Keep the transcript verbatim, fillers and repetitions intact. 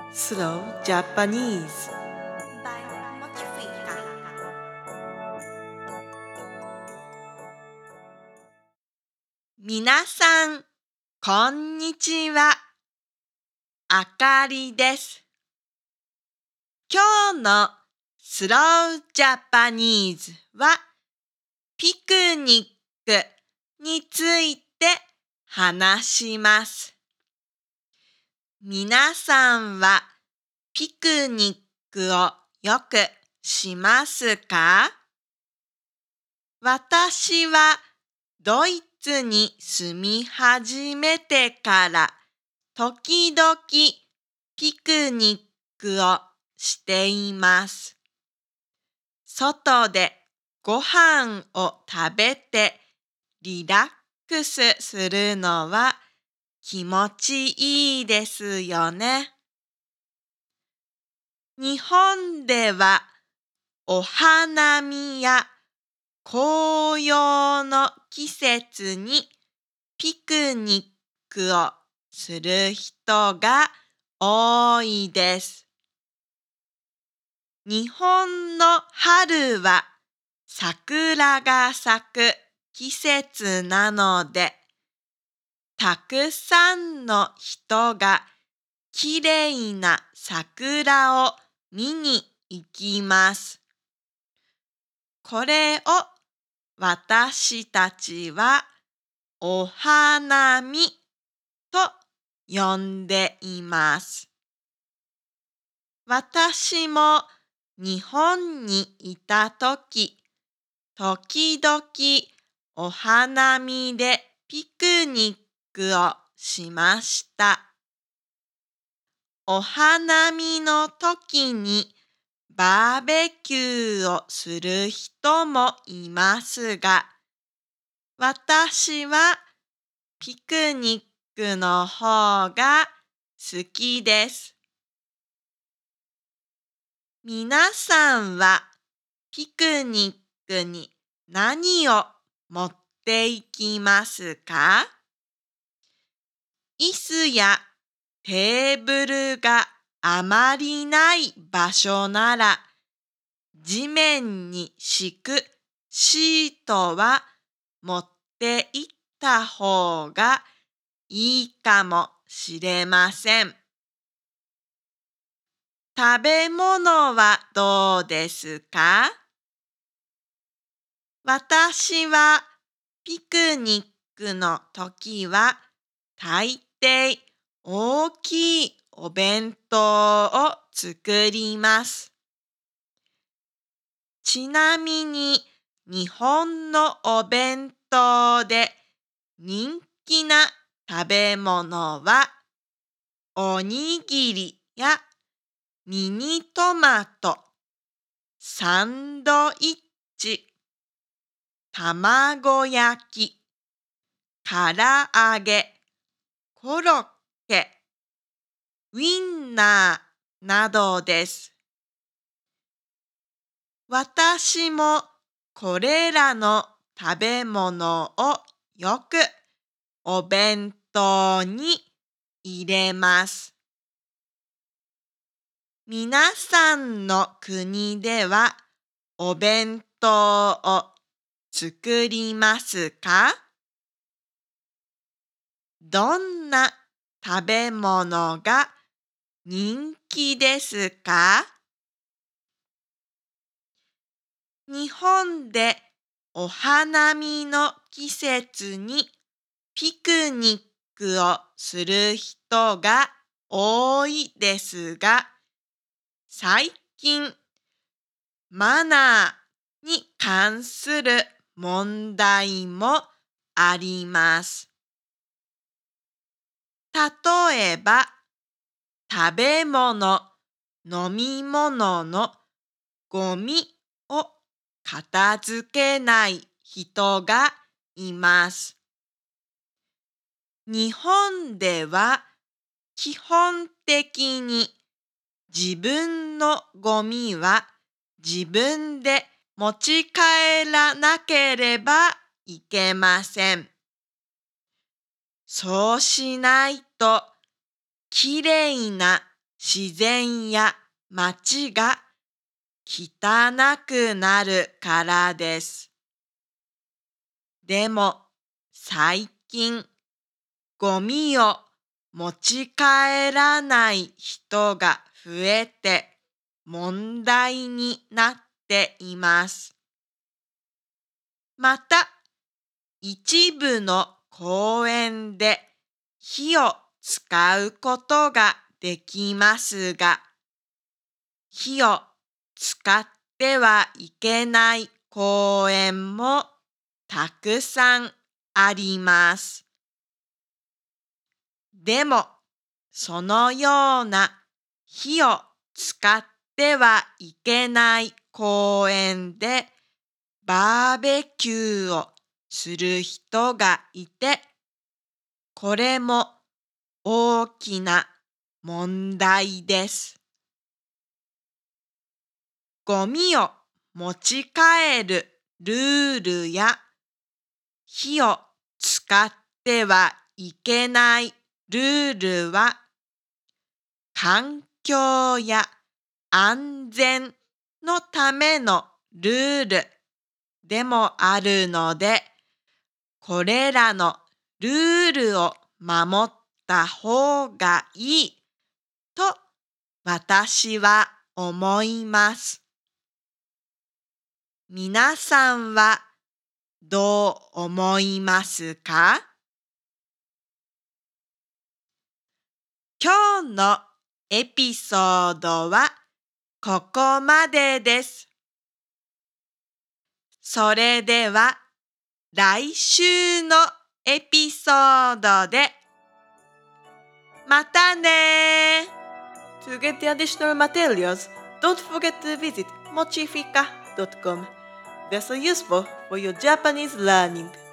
Slow Japanese. by Mochifika. みなさん、こんにちは。あかりです。今日のスロージャパニーズはピクニックについて話します。みなさんはピクニックをよくしますか？私はドイツに住み始めてから時々ピクニックをしています。外でご飯を食べてリラックスするのは気持ちいいですよね。日本ではお花見や紅葉の季節にピクニックをする人が多いです。日本の春は桜が咲く季節なので、たくさんの人がきれいな桜を見に行きます。これを私たちはお花見と呼んでいます。私も日本にいたとき、時々お花見でピクニックをしました。お花見の時にバーベキューをする人もいますが、私はピクニックの方が好きです。みなさんはピクニックに何を持っていきますか？椅子やテーブルがあまりない場所なら、地面に敷くシートは持っていった方がいいかもしれません。食べ物はどうですか？私はピクニックの時は大抵大きいお弁当を作ります。ちなみに日本のお弁当で人気な食べ物はおにぎりやミニトマト、サンドイッチ、卵焼き、唐揚げ、コロッケ、ウインナーなどです。私もこれらの食べ物をよくお弁当に入れます。皆さんの国ではお弁当を作りますか？どんな食べ物が人気ですか？日本でお花見の季節にピクニックをする人が多いですが、最近マナーに関する問題もあります。例えば、食べ物、飲み物のゴミを片付けない人がいます。日本では基本的に自分のゴミは自分で持ち帰らなければいけません。そうしないときれいな自然や街が汚くなるからです。でも最近、ゴミを持ち帰らない人が増えて問題になっています。また、一部の公園で火を使うことができますが、火を使ってはいけない公園もたくさんあります。でも、そのような火を使ってはいけない公園でバーベキューをする人がいて、これも大きな問題です。ゴミを持ち帰るルールや火を使ってはいけないルールは環境や安全のためのルールでもあるので、これらのルールを守った方がいいと私は思います。皆さんはどう思いますか？今日のエピソードはここまでです。それでは来週のエピソードでまたね。 To get the additional materials, don't forget to visit mochifika dot com. They're so useful for your Japanese learning.